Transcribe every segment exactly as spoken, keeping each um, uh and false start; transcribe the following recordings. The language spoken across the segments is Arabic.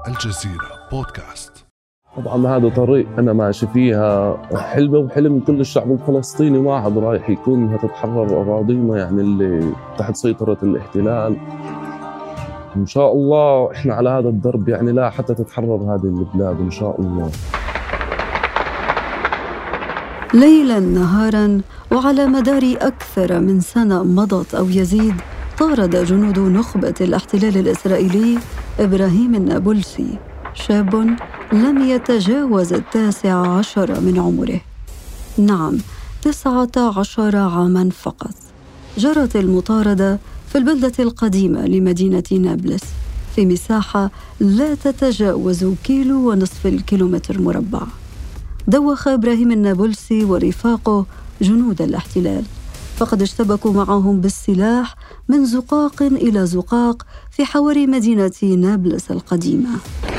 الجزيرة بودكاست. طبعا هذا طريق أنا ماشي فيها، حلمه وحلم كل الشعب الفلسطيني واحد، رايح يكون إنها تتحرر أراضينا يعني اللي تحت سيطرة الاحتلال. إن شاء الله إحنا على هذا الدرب يعني لا حتى تتحرر هذه البلاد إن شاء الله. ليلاً نهاراً وعلى مدار أكثر من سنة مضت أو يزيد، طارد جنود نخبة الاحتلال الإسرائيلي إبراهيم النابلسي، شاب لم يتجاوز التاسع عشر من عمره. نعم، تسعة عشر عاماً فقط. جرت المطاردة في البلدة القديمة لمدينة نابلس في مساحة لا تتجاوز كيلو ونصف الكيلومتر مربع. دوخ إبراهيم النابلسي ورفاقه جنود الاحتلال، فقد اشتبكوا معهم بالسلاح من زقاق إلى زقاق في حواري مدينة نابلس القديمة.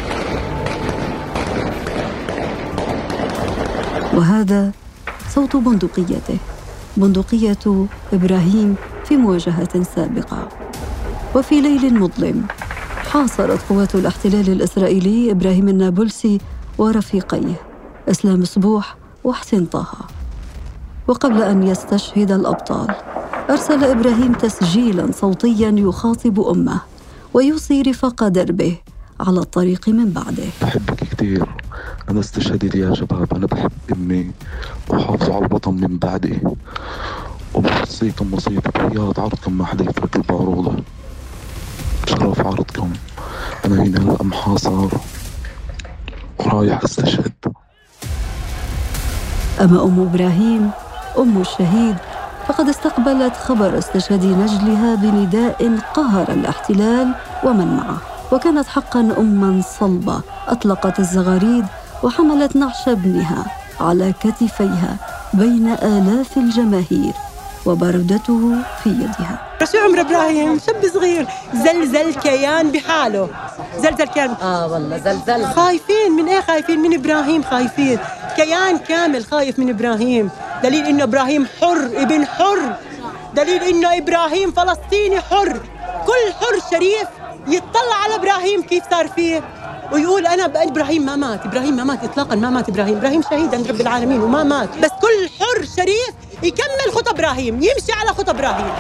وهذا صوت بندقيته، بندقية إبراهيم في مواجهة سابقة. وفي ليل مظلم حاصرت قوات الاحتلال الإسرائيلي إبراهيم النابلسي ورفيقيه إسلام صبوح وحسين طه. وقبل أن يستشهد الأبطال، أرسل إبراهيم تسجيلاً صوتياً يخاطب أمه ويوصي رفاق دربه على الطريق من بعده. بحبك كثير، أنا استشهدت يا شباب، أنا بحب أمي وحافظوا على الوطن من بعدي، وبوصيكم وصية برياض عرضكم ما حدا يترك البارودة. بشرف عرضكم أنا هنا هلأ محاصر ورايح استشهد. أما أم إبراهيم أم الشهيد فقد استقبلت خبر استشهاد نجلها بنداء قهر الاحتلال ومن معه، وكانت حقاً أماً صلبة أطلقت الزغاريد وحملت نعش ابنها على كتفيها بين آلاف الجماهير وبردته في يدها. شو عمر إبراهيم؟ شاب صغير زلزل كيان بحاله، زلزل كيان. آه والله زلزل. خايفين من إيه؟ خايفين من إبراهيم، خايفين كيان كامل خايف من إبراهيم. دليل إنه إبراهيم حر، ابن حر، دليل إنه إبراهيم فلسطيني حر. كل حر شريف يتطلع على إبراهيم كيف صار فيه ويقول أنا إبراهيم ما مات. إبراهيم ما مات إطلاقاً، ما مات إبراهيم. إبراهيم شهيد عند رب العالمين وما مات، بس كل حر شريف يكمل خطى إبراهيم، يمشي على خطى إبراهيم.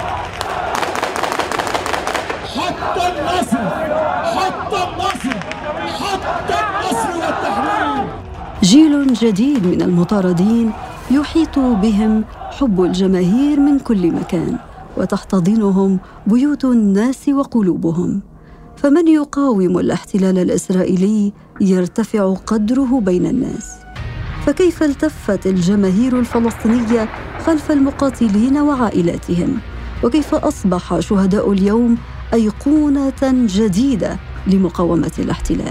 حتى النصر، حتى النصر، حتى النصر والتحرير. جيل جديد من المطاردين يحيط بهم حب الجماهير من كل مكان، وتحتضنهم بيوت الناس وقلوبهم. فمن يقاوم الاحتلال الإسرائيلي يرتفع قدره بين الناس. فكيف التفت الجماهير الفلسطينية خلف المقاتلين وعائلاتهم؟ وكيف أصبح شهداء اليوم أيقونة جديدة لمقاومة الاحتلال؟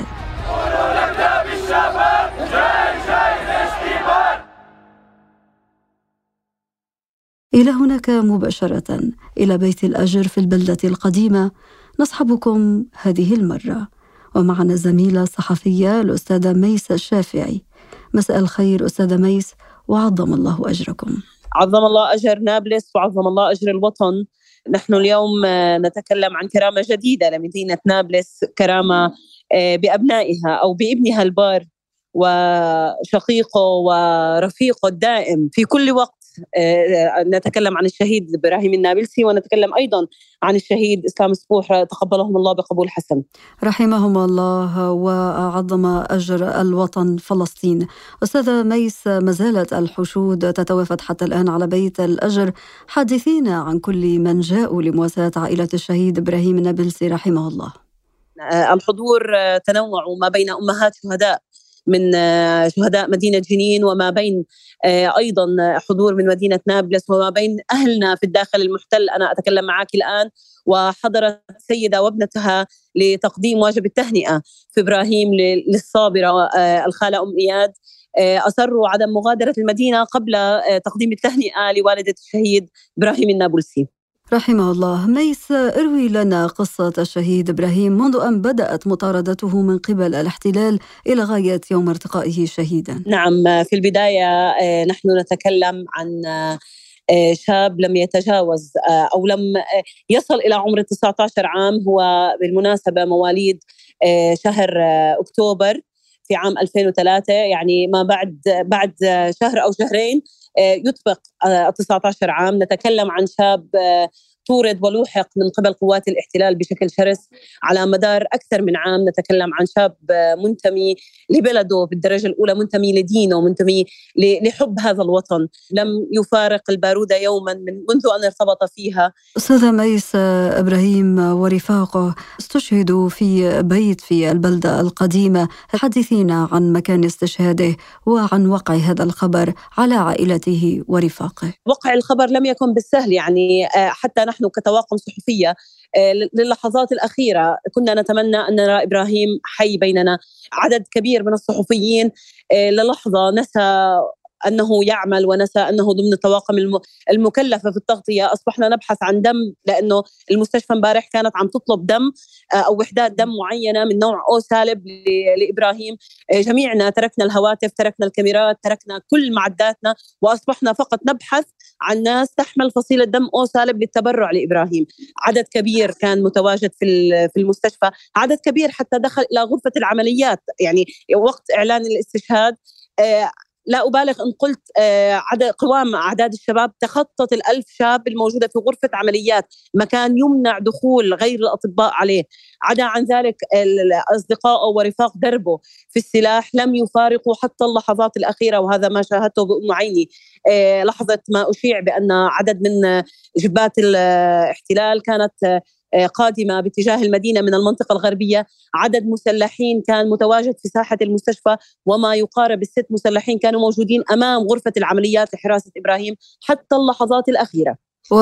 إلى هناك مباشرة إلى بيت الأجر في البلدة القديمة نصحبكم هذه المرة، ومعنا زميلة صحفية الأستاذة ميس الشافعي. مساء الخير أستاذة ميس، وعظم الله أجركم. عظم الله أجر نابلس وعظم الله أجر الوطن. نحن اليوم نتكلم عن كرامة جديدة لمدينة نابلس، كرامة بأبنائها أو بابنها البار وشقيقه ورفيقه الدائم في كل وقت. نتكلم عن الشهيد إبراهيم النابلسي، ونتكلم أيضا عن الشهيد إسلام صبوح، تقبلهم الله بقبول حسن. رحمهم الله وعظم أجر الوطن فلسطين. أستاذة ميس، ما زالت الحشود تتوافد حتى الآن على بيت الأجر. حدثينا عن كل من جاءوا لمواساة عائلة الشهيد إبراهيم النابلسي رحمه الله. الحضور تنوع ما بين أمهات شهداء من شهداء مدينة جنين، وما بين أيضا حضور من مدينة نابلس، وما بين أهلنا في الداخل المحتل. أنا أتكلم معك الآن وحضرت سيدة وابنتها لتقديم واجب التهنئة في إبراهيم للصابرة الخالة أم إياد. أصروا عدم مغادرة المدينة قبل تقديم التهنئة لوالدة الشهيد إبراهيم النابلسي رحمه الله. ميس، اروي لنا قصة الشهيد إبراهيم منذ أن بدأت مطاردته من قبل الاحتلال إلى غاية يوم ارتقائه شهيدا. نعم، في البداية نحن نتكلم عن شاب لم يتجاوز أو لم يصل إلى عمر تسعة عشر عام، هو بالمناسبة مواليد شهر أكتوبر في عام ألفين وثلاثة، يعني ما بعد بعد شهر أو شهرين يطبق تسعة عشر عام. نتكلم عن شاب طورد ولوحق من قبل قوات الاحتلال بشكل شرس على مدار أكثر من عام. نتكلم عن شاب منتمي لبلده بالدرجة الأولى، منتمي لدينه، منتمي لحب هذا الوطن، لم يفارق البارودة يوما من منذ أن ارتبط فيها. أستاذة ميس إبراهيم ورفاقه استشهدوا في بيت في البلدة القديمة، حدثينا عن مكان استشهاده وعن وقع هذا الخبر على عائلته ورفاقه. وقع الخبر لم يكن بالسهل، يعني حتى نحن كطواقم صحفية للحظات الأخيرة كنا نتمنى أن نرى إبراهيم حي بيننا. عدد كبير من الصحفيين للحظة نسى أنه يعمل ونسى أنه ضمن الطواقم المكلفة في التغطية. أصبحنا نبحث عن دم، لأنه المستشفى امبارح كانت عم تطلب دم أو وحدات دم معينة من نوع أو سالب لإبراهيم. جميعنا تركنا الهواتف، تركنا الكاميرات، تركنا كل معداتنا، وأصبحنا فقط نبحث عن ناس تحمل فصيلة دم أو سالب للتبرع لإبراهيم. عدد كبير كان متواجد في في المستشفى، عدد كبير حتى دخل إلى غرفة العمليات. يعني وقت إعلان الاستشهاد لا أبالغ إن قلت عدد قوام أعداد الشباب تخطت الألف شاب الموجودة في غرفة عمليات، مكان يمنع دخول غير الأطباء عليه. عدا عن ذلك الأصدقاء ورفاق دربه في السلاح لم يفارقوا حتى اللحظات الأخيرة، وهذا ما شاهدته بأم عيني. لحظة ما أشيع بأن عدد من جبات الاحتلال كانت قادمة باتجاه المدينة من المنطقة الغربية، عدد مسلحين كان متواجد في ساحة المستشفى، وما يقارب الست مسلحين كانوا موجودين أمام غرفة العمليات لحراسة إبراهيم حتى اللحظات الأخيرة.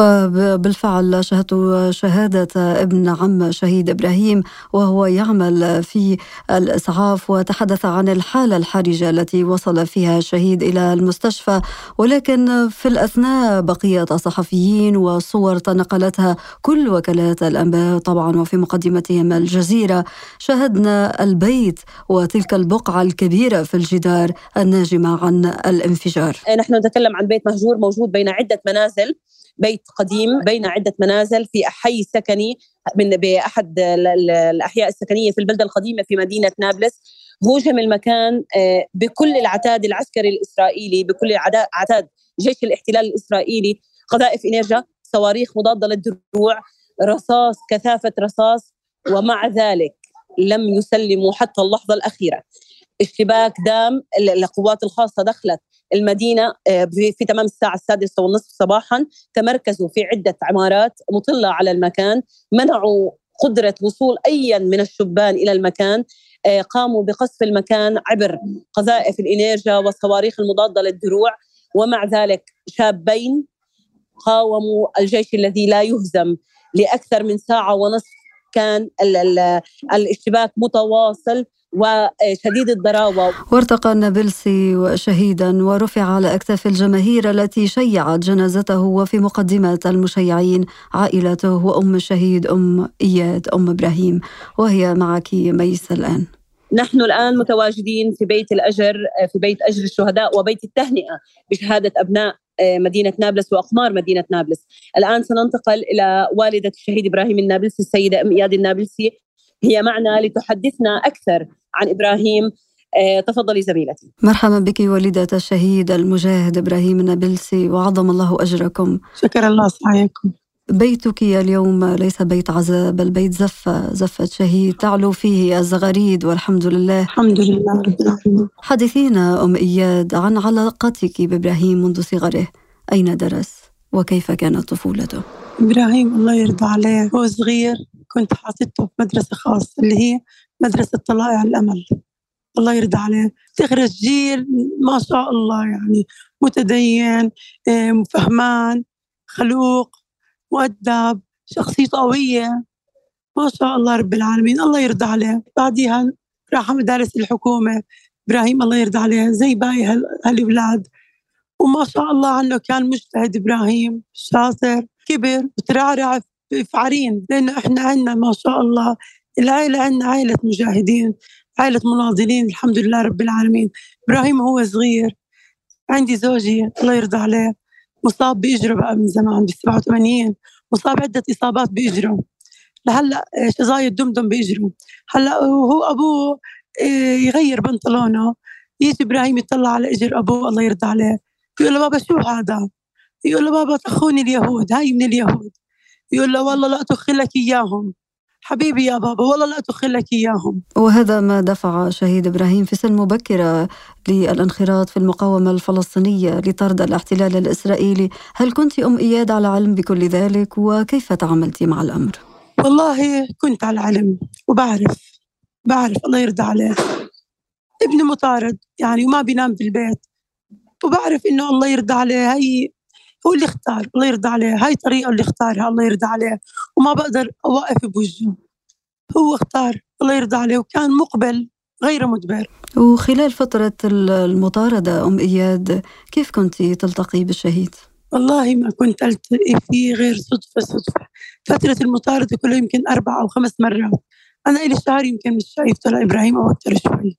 وبالفعل شهدت شهادة ابن عم شهيد إبراهيم وهو يعمل في الإسعاف، وتحدث عن الحالة الحرجة التي وصل فيها الشهيد إلى المستشفى. ولكن في الأثناء بقية الصحفيين وصور تنقلتها كل وكالات الأنباء طبعا وفي مقدمتهم الجزيرة، شاهدنا البيت وتلك البقعة الكبيرة في الجدار الناجمة عن الانفجار. نحن نتكلم عن بيت مهجور موجود بين عدة منازل، بيت قديم بين عدة منازل في حي سكني من بأحد الأحياء السكنية في البلدة القديمة في مدينة نابلس. هوجم المكان بكل العتاد العسكري الإسرائيلي، بكل عتاد جيش الاحتلال الإسرائيلي، قذائف إنيرجا، صواريخ مضادة للدروع، رصاص، كثافة رصاص، ومع ذلك لم يسلموا حتى اللحظة الأخيرة. اشتباك دام، القوات الخاصة دخلت المدينة في تمام الساعة السادسة والنصف صباحا، تمركزوا في عدة عمارات مطلة على المكان، منعوا قدرة وصول أي من الشبان إلى المكان، قاموا بقصف المكان عبر قذائف الإنيرجا والصواريخ المضادة للدروع. ومع ذلك شابين قاوموا الجيش الذي لا يهزم لأكثر من ساعة ونصف. كان الاشتباك متواصل وشديد الضراوة. وارتقى النابلسي شهيدا ورفع على أكتاف الجماهير التي شيعت جنازته، وفي مقدمة المشيعين عائلته وأم الشهيد أم إياد أم إبراهيم. وهي معك ميس الآن. نحن الآن متواجدين في بيت الأجر، في بيت أجر الشهداء وبيت التهنئة بشهادة أبناء مدينة نابلس وأقمار مدينة نابلس. الآن سننتقل إلى والدة الشهيد إبراهيم النابلسي السيدة أم إياد النابلسي، هي معنا لتحدثنا أكثر عن إبراهيم. تفضلي زميلتي. مرحبا بك والدة الشهيد المجاهد إبراهيم النابلسي، وعظم الله أجركم. شكر الله سعيكم. بيتك اليوم ليس بيت عزاء بل بيت زفة، زفة شهيد تعلو فيه الزغاريد والحمد لله. الحمد لله رب العالمين. حدثينا أم إياد عن علاقتك بإبراهيم منذ صغره، أين درس وكيف كانت طفولته؟ إبراهيم الله يرضى عليه هو صغير كنت حاطته في مدرسة خاصة اللي هي مدرسة طلائع الأمل، الله يرضى عليه. تخرج جيل ما شاء الله، يعني متدين، فهمان، خلوق، مؤدب، شخصيته قوية ما شاء الله رب العالمين، الله يرضى عليه. بعدها راح مدارس الحكومة. إبراهيم الله يرضى عليه زي باقي هالأولاد، وما شاء الله عنه كان مجتهد. إبراهيم شاطر، كبر وترعرع في عرين، لأنه إحنا عنا ما شاء الله العائلة، عنا عائلة مجاهدين، عائلة مناضلين الحمد لله رب العالمين. إبراهيم هو صغير عندي زوجي الله يرضى عليه مصاب بإجره بقى من زمان بالسبعة وثمانين، مصاب عدة إصابات بإجره، لهلا شظايا دمدم بإجره. هلا وهو أبوه يغير بنطلونه، يجي إبراهيم يطلع على إجر أبوه الله يرضى عليه، يقول له بابا شو هذا؟ يقول له بابا طخوني اليهود، هاي من اليهود. يقول له والله لا أدخلك إياهم حبيبي يا بابا، والله لا أدخلك إياهم. وهذا ما دفع شهيد إبراهيم في سن مبكرة للانخراط في المقاومة الفلسطينية لطرد الاحتلال الإسرائيلي. هل كنت أم إياد على علم بكل ذلك وكيف تعاملت مع الأمر؟ والله كنت على علم وبعرف بعرف الله يرضى عليه، ابني مطارد يعني وما بينام في البيت، وبعرف إنه الله يرضى عليه، هي هو اللي اختار الله يرضى عليه، هاي طريقة اللي اختارها الله يرضى عليه، وما بقدر أوقف بوجهه، هو اختار الله يرضى عليه وكان مقبل غير مدبر. وخلال فترة المطاردة أم إياد كيف كنت تلتقي بالشهيد؟ والله ما كنت ألتقي فيه غير صدفة صدفة. فترة المطاردة كلها يمكن أربع أو خمس مرات، أنا إلي شهر يمكن مش شايفته لإبراهيم أو أكتر شوي،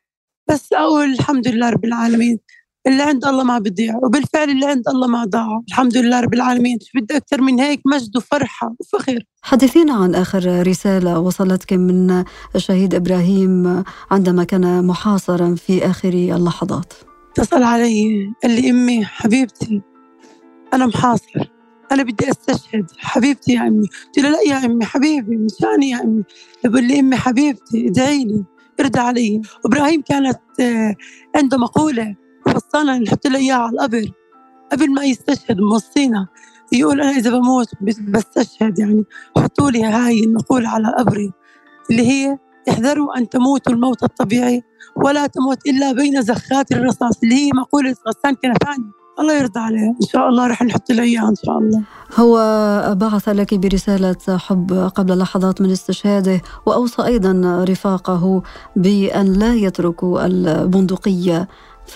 بس أقول الحمد لله رب العالمين، اللي عند الله ما بيضيع، وبالفعل اللي عند الله ما ضاع، الحمد لله رب العالمين. شو بدي أكتر من هيك؟ مجد وفرحة وفخر. حدثينا عن آخر رسالة وصلتك من الشهيد إبراهيم عندما كان محاصرا في آخر اللحظات. اتصل علي قال لي أمي حبيبتي أنا محاصر، أنا بدي أستشهد حبيبتي يا أمي. قلت له لا يا أمي حبيبي مشاني يا أمي. يقول لي أمي حبيبتي ادعي لي ارضى علي. إبراهيم كانت عنده مقولة وصانا نحط له إياها على القبر قبل ما يستشهد، موصينا يقول أنا إذا بموت بستشهد يعني حطوا لي هاي المقولة على قبري اللي هي احذروا أن تموتوا الموت الطبيعي ولا تموت إلا بين زخات الرصاص، اللي هي مقولة غسان كنفاني الله يرضى عليه. إن شاء الله رح نحط له إياها إن شاء الله. هو بعث لك برسالة حب قبل لحظات من استشهاده، وأوصى أيضا رفاقه بأن لا يتركوا البندقية،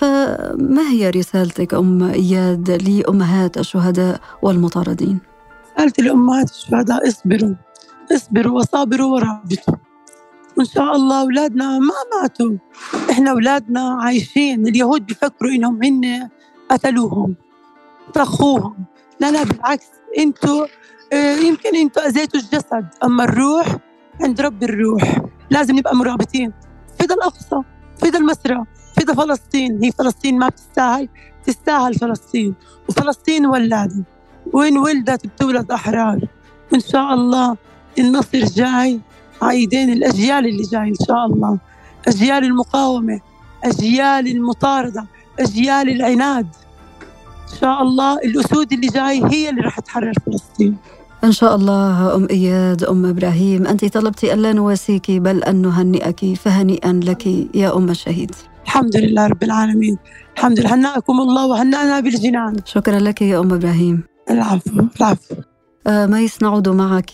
فما هي رسالتك أم إياد لأمهات الشهداء والمطاردين؟ قالت لأمهات الشهداء اصبروا اصبروا وصابروا ورابطوا، وإن شاء الله أولادنا ما ماتوا، إحنا أولادنا عايشين. اليهود بيفكروا إنهم هن قتلوهم طخوهم، لا لا بالعكس، انتوا اه يمكن انتوا أذيتوا الجسد، أما الروح عند رب الروح. لازم نبقى مرابطين. فدا الأقصى، فدا المسرى، فدا فلسطين. هي فلسطين ما بتستاهل، تستاهل فلسطين، وفلسطين ولادة وين ولدت بتولد أحرار. وإن شاء الله النصر جاي عايدين الأجيال اللي جاي إن شاء الله، أجيال المقاومة، أجيال المطاردة، أجيال العناد. إن شاء الله الأسود اللي جاي هي اللي رح تحرر فلسطين إن شاء الله. أم إياد أم إبراهيم، أنت طلبتِ ألا نواسيك بل أن نهنئك، فهنيئا لك يا أم الشهيد. الحمد لله رب العالمين، الحمد لله. هنأكم الله وهنأنا بالجنان. شكرا لك يا أم إبراهيم. العفو العفو. ميس نعود معك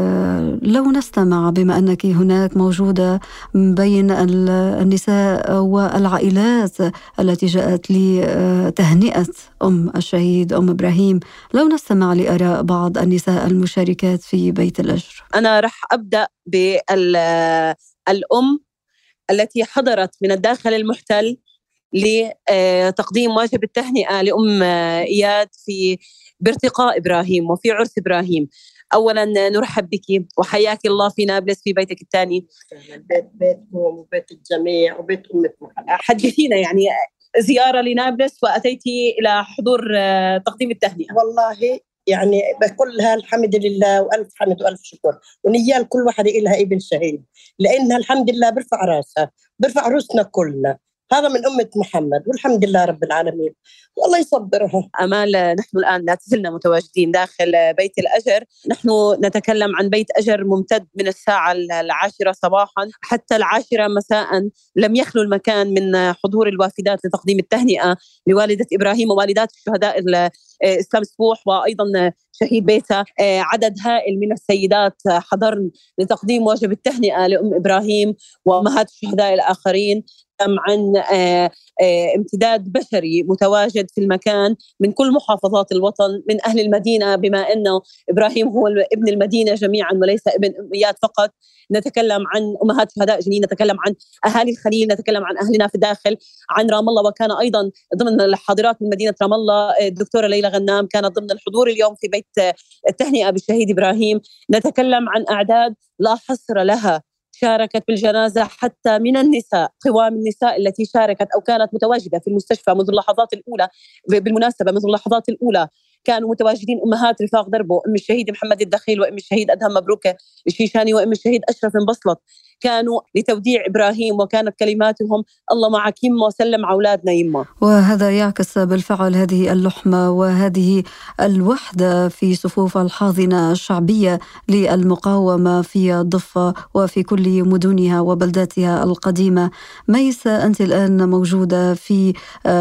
لو نستمع، بما أنك هناك موجودة بين النساء والعائلات التي جاءت لتهنئة أم الشهيد أم إبراهيم، لو نستمع لآراء بعض النساء المشاركات في بيت الأجر. أنا رح أبدأ بالأم التي حضرت من الداخل المحتل لتقديم واجب التهنئة لأم إياد في بارتقاء إبراهيم وفي عرس إبراهيم. أولا نرحب بك وحياك الله في نابلس في بيتك الثاني. بيت بيتكم وبيت الجميع وبيت أمكم. حدثينا يعني زيارة لنابلس وأتيتي إلى حضور تقديم التهنئة. والله يعني بكلها الحمد لله وألف حمد وألف شكر، ونيال كل واحدة إلها ابن شهيد، لأنها الحمد لله برفع راسها برفع روسنا كلنا. هذا من أمة محمد والحمد لله رب العالمين، والله يصبرها. أمال، نحن الآن لا زلنا متواجدين داخل بيت الأجر. نحن نتكلم عن بيت أجر ممتد من الساعة العاشرة صباحا حتى العاشرة مساء. لم يخلو المكان من حضور الوافدات لتقديم التهنئة لوالدة إبراهيم ووالدات الشهداء إسلام سفوح وأيضا شهيد بيتها. عدد هائل من السيدات حضرن لتقديم واجب التهنئة لأم إبراهيم وأمهات الشهداء الآخرين. عن امتداد بشري متواجد في المكان من كل محافظات الوطن، من أهل المدينة، بما أنه إبراهيم هو ابن المدينة جميعا وليس ابن أميات فقط. نتكلم عن أمهات شهداء جنين، نتكلم عن أهالي الخليل، نتكلم عن أهلنا في الداخل، عن رام الله. وكان أيضا ضمن الحاضرات من مدينة رام الله الدكتورة ليلى غنام كانت ضمن الحضور اليوم في بيت التهنئة بالشهيد إبراهيم. نتكلم عن أعداد لا حصر لها شاركت بالجنازة حتى من النساء، قوام النساء التي شاركت أو كانت متواجدة في المستشفى منذ اللحظات الأولى. بالمناسبة منذ اللحظات الأولى كانوا متواجدين أمهات رفاق دربو، أم الشهيد محمد الدخيل، وأم الشهيد أدهم مبروكة الشيشاني، وأم الشهيد أشرف انبسلط، كانوا لتوديع إبراهيم، وكانت كلماتهم الله معك يمه وسلم على أولادنا يمه. وهذا يعكس بالفعل هذه اللحمة وهذه الوحدة في صفوف الحاضنة الشعبية للمقاومة في الضفة وفي كل مدنها وبلداتها القديمة. ميسة، أنت الآن موجودة في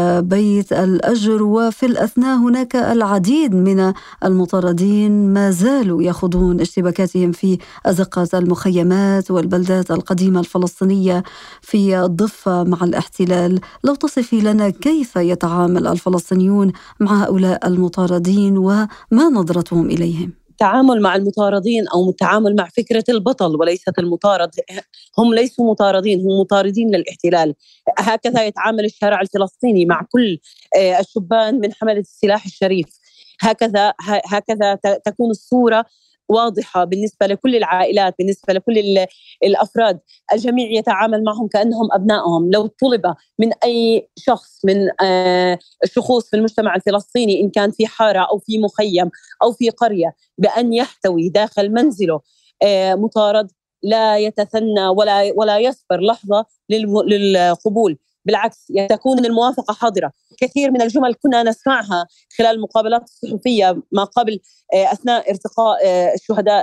بيت الأجر، وفي الأثناء هناك العديد من المطاردين ما زالوا يخوضون اشتباكاتهم في أزقة المخيمات والبلدات القديمة الفلسطينية في الضفة مع الاحتلال. لو تصفي لنا كيف يتعامل الفلسطينيون مع هؤلاء المطاردين وما نظرتهم إليهم؟ التعامل مع المطاردين أو التعامل مع فكرة البطل وليست المطارد، هم ليسوا مطاردين، هم مطاردين للاحتلال. هكذا يتعامل الشارع الفلسطيني مع كل الشبان من حملة السلاح الشريف. هكذا هكذا تكون الصورة واضحة بالنسبة لكل العائلات، بالنسبة لكل الأفراد. الجميع يتعامل معهم كأنهم أبنائهم. لو طلب من أي شخص من الشخوص في المجتمع الفلسطيني، إن كان في حارة أو في مخيم أو في قرية، بأن يحتوي داخل منزله مطارد، لا يتثنى ولا ولا يصبر لحظة للقبول. بالعكس، تكون الموافقة حاضرة. كثير من الجمل كنا نسمعها خلال المقابلات الصحفية ما قبل أثناء ارتقاء الشهداء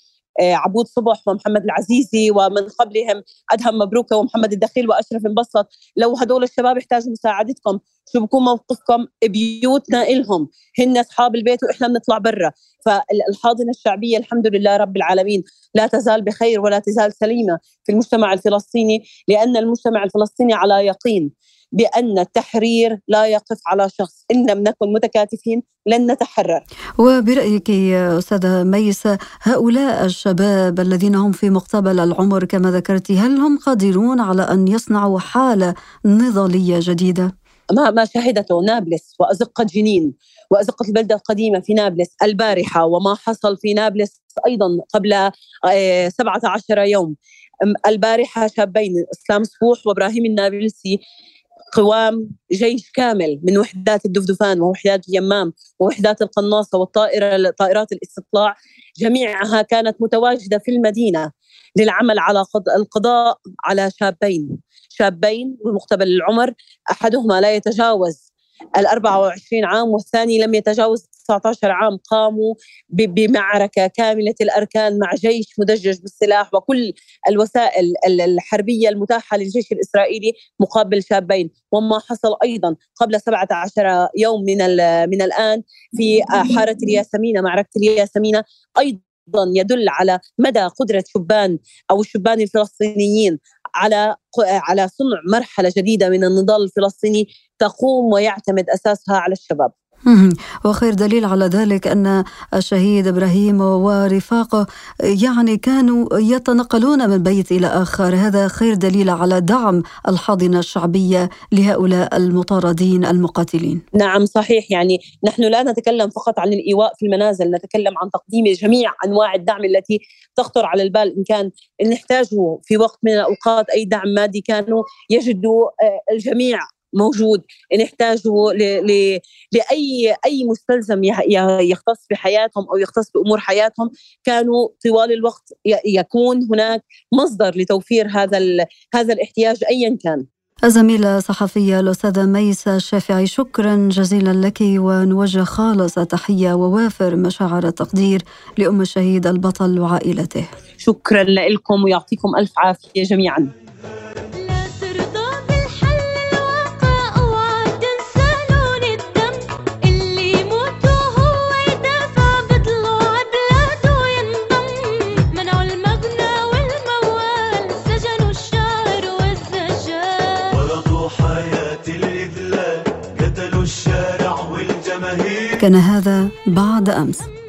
عبود صبح ومحمد العزيزي، ومن قبلهم أدهم مبروكة ومحمد الدخيل وأشرف انبسط. لو هدول الشباب يحتاجوا مساعدتكم، شو بكون موقفكم؟ بيوتنا إلهم، هن أصحاب البيت وإحنا بنطلع برا. فالحاضنة الشعبية الحمد لله رب العالمين لا تزال بخير ولا تزال سليمة في المجتمع الفلسطيني، لأن المجتمع الفلسطيني على يقين بأن التحرير لا يقف على شخص. إن لم نكن متكاتفين لن نتحرر. وبرأيك أستاذة ميسة، هؤلاء الشباب الذين هم في مقتبل العمر كما ذكرت، هل هم قادرون على أن يصنعوا حالة نضالية جديدة؟ ما ما شهدته نابلس وأزقة جنين وأزقة البلدة القديمة في نابلس البارحة، وما حصل في نابلس أيضا قبل سبعة عشر يوم. البارحة شابين إسلام صفوح وإبراهيم النابلسي، قوام جيش كامل من وحدات الدفدفان ووحدات اليمام ووحدات القناصة والطائرة طائرات الاستطلاع، جميعها كانت متواجدة في المدينة للعمل على القضاء على شابين شابين بمقتبل العمر. أحدهما لا يتجاوز الأربعة وعشرين عام والثاني لم يتجاوز تسعة عشر عام. قاموا بمعركة كاملة الأركان مع جيش مدجج بالسلاح وكل الوسائل الحربية المتاحة للجيش الإسرائيلي مقابل شابين. وما حصل أيضا قبل سبعة عشر يوم من من الآن في حارة الياسمينة، معركة الياسمينة، أيضا يدل على مدى قدرة شبان أو الشبان الفلسطينيين على على صنع مرحلة جديدة من النضال الفلسطيني تقوم ويعتمد أساسها على الشباب. وخير دليل على ذلك أن الشهيد إبراهيم ورفاقه يعني كانوا يتنقلون من بيت إلى آخر. هذا خير دليل على دعم الحاضنة الشعبية لهؤلاء المطاردين المقاتلين. نعم صحيح، يعني نحن لا نتكلم فقط عن الإيواء في المنازل، نتكلم عن تقديم جميع أنواع الدعم التي تخطر على البال. إن كان إن نحتاجه في وقت من الأوقات أي دعم مادي كانوا يجدوا الجميع موجود. إن احتاجوا ل... ل... لأي أي مستلزم يختص بحياتهم أو يختص بأمور حياتهم، كانوا طوال الوقت يكون هناك مصدر لتوفير هذا ال... هذا الاحتياج أيا كان. الزميلة الصحفية الأستاذة ميسة الشافعي، شكرا جزيلا لك، ونوجه خالص تحية ووافر مشاعر التقدير لأم الشهيد البطل وعائلته. شكرا لكم ويعطيكم ألف عافية جميعا. كان هذا بعد أمس.